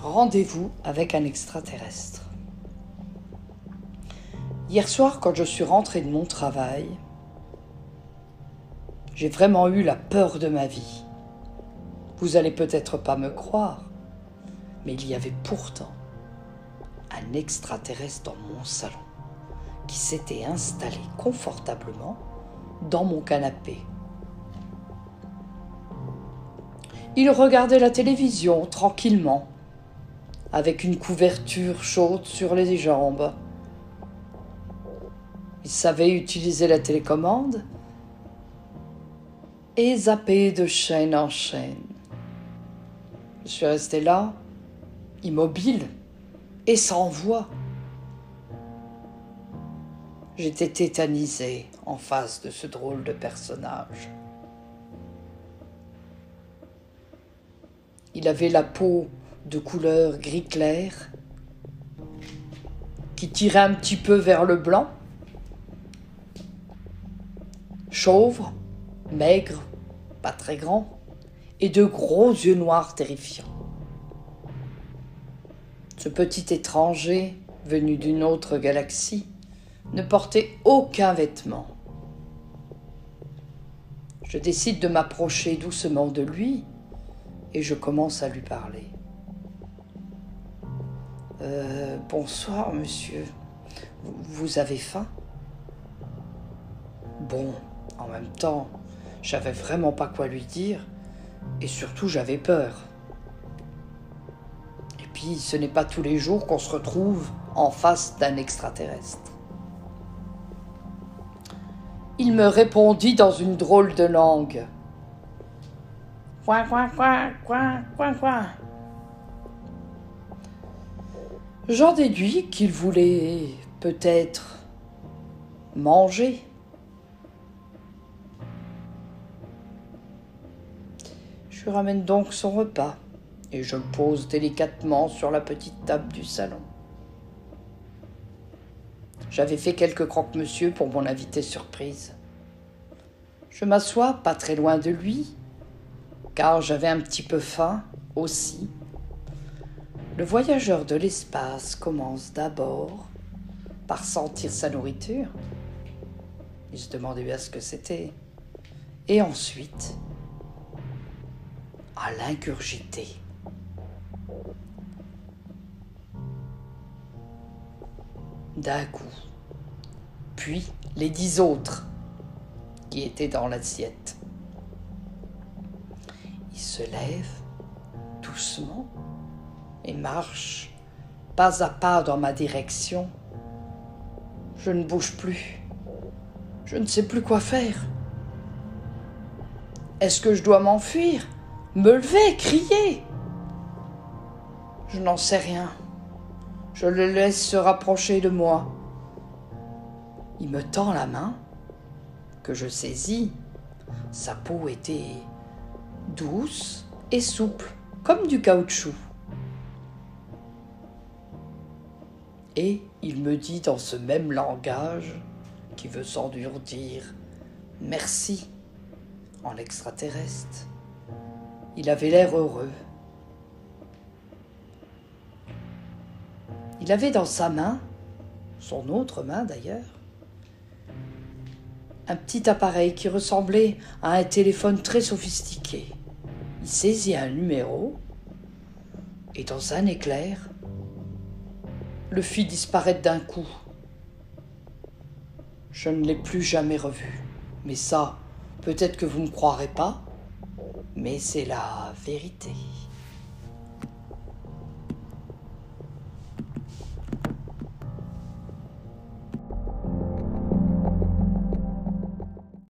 Rendez-vous avec un extraterrestre. Hier soir, quand je suis rentrée de mon travail, j'ai vraiment eu la peur de ma vie. Vous allez peut-être pas me croire, mais il y avait pourtant un extraterrestre dans mon salon qui s'était installé confortablement dans mon canapé. Il regardait la télévision tranquillement, avec une couverture chaude sur les jambes. Il savait utiliser la télécommande et zapper de chaîne en chaîne. Je suis restée là, immobile et sans voix. J'étais tétanisée en face de ce drôle de personnage. Il avait la peau de couleur gris clair qui tirait un petit peu vers le blanc, chauve, maigre, pas très grand, et de gros yeux noirs terrifiants. Ce petit étranger, venu d'une autre galaxie, ne portait aucun vêtement. Je décide de m'approcher doucement de lui et je commence à lui parler. Bonsoir, monsieur. Vous avez faim ? Bon, en même temps, je savais vraiment pas quoi lui dire et surtout j'avais peur. Et puis, ce n'est pas tous les jours qu'on se retrouve en face d'un extraterrestre. Il me répondit dans une drôle de langue. Quoi, quoi, quoi, quoi, quoi, quoi. J'en déduis qu'il voulait peut-être manger. Je lui ramène donc son repas et je le pose délicatement sur la petite table du salon. J'avais fait quelques croque-monsieur pour mon invité surprise. Je m'assois pas très loin de lui, car j'avais un petit peu faim aussi. Le voyageur de l'espace commence d'abord par sentir sa nourriture. Il se demandait bien ce que c'était. Et ensuite, à l'ingurgiter. D'un coup. Puis les 10 autres qui étaient dans l'assiette. Il se lève doucement et marche pas à pas dans ma direction. Je ne bouge plus. Je ne sais plus quoi faire. Est-ce que je dois m'enfuir ? Me lever, crier ? Je n'en sais rien. Je le laisse se rapprocher de moi. Il me tend la main, que je saisis. Sa peau était douce et souple, comme du caoutchouc. Et il me dit dans ce même langage, qui veut sans doute dire « merci » en extraterrestre. Il avait l'air heureux. Il avait dans sa main, son autre main d'ailleurs, un petit appareil qui ressemblait à un téléphone très sophistiqué. Il saisit un numéro et dans un éclair, le fit disparaître d'un coup. Je ne l'ai plus jamais revu. Mais ça, peut-être que vous ne me croirez pas, mais c'est la vérité.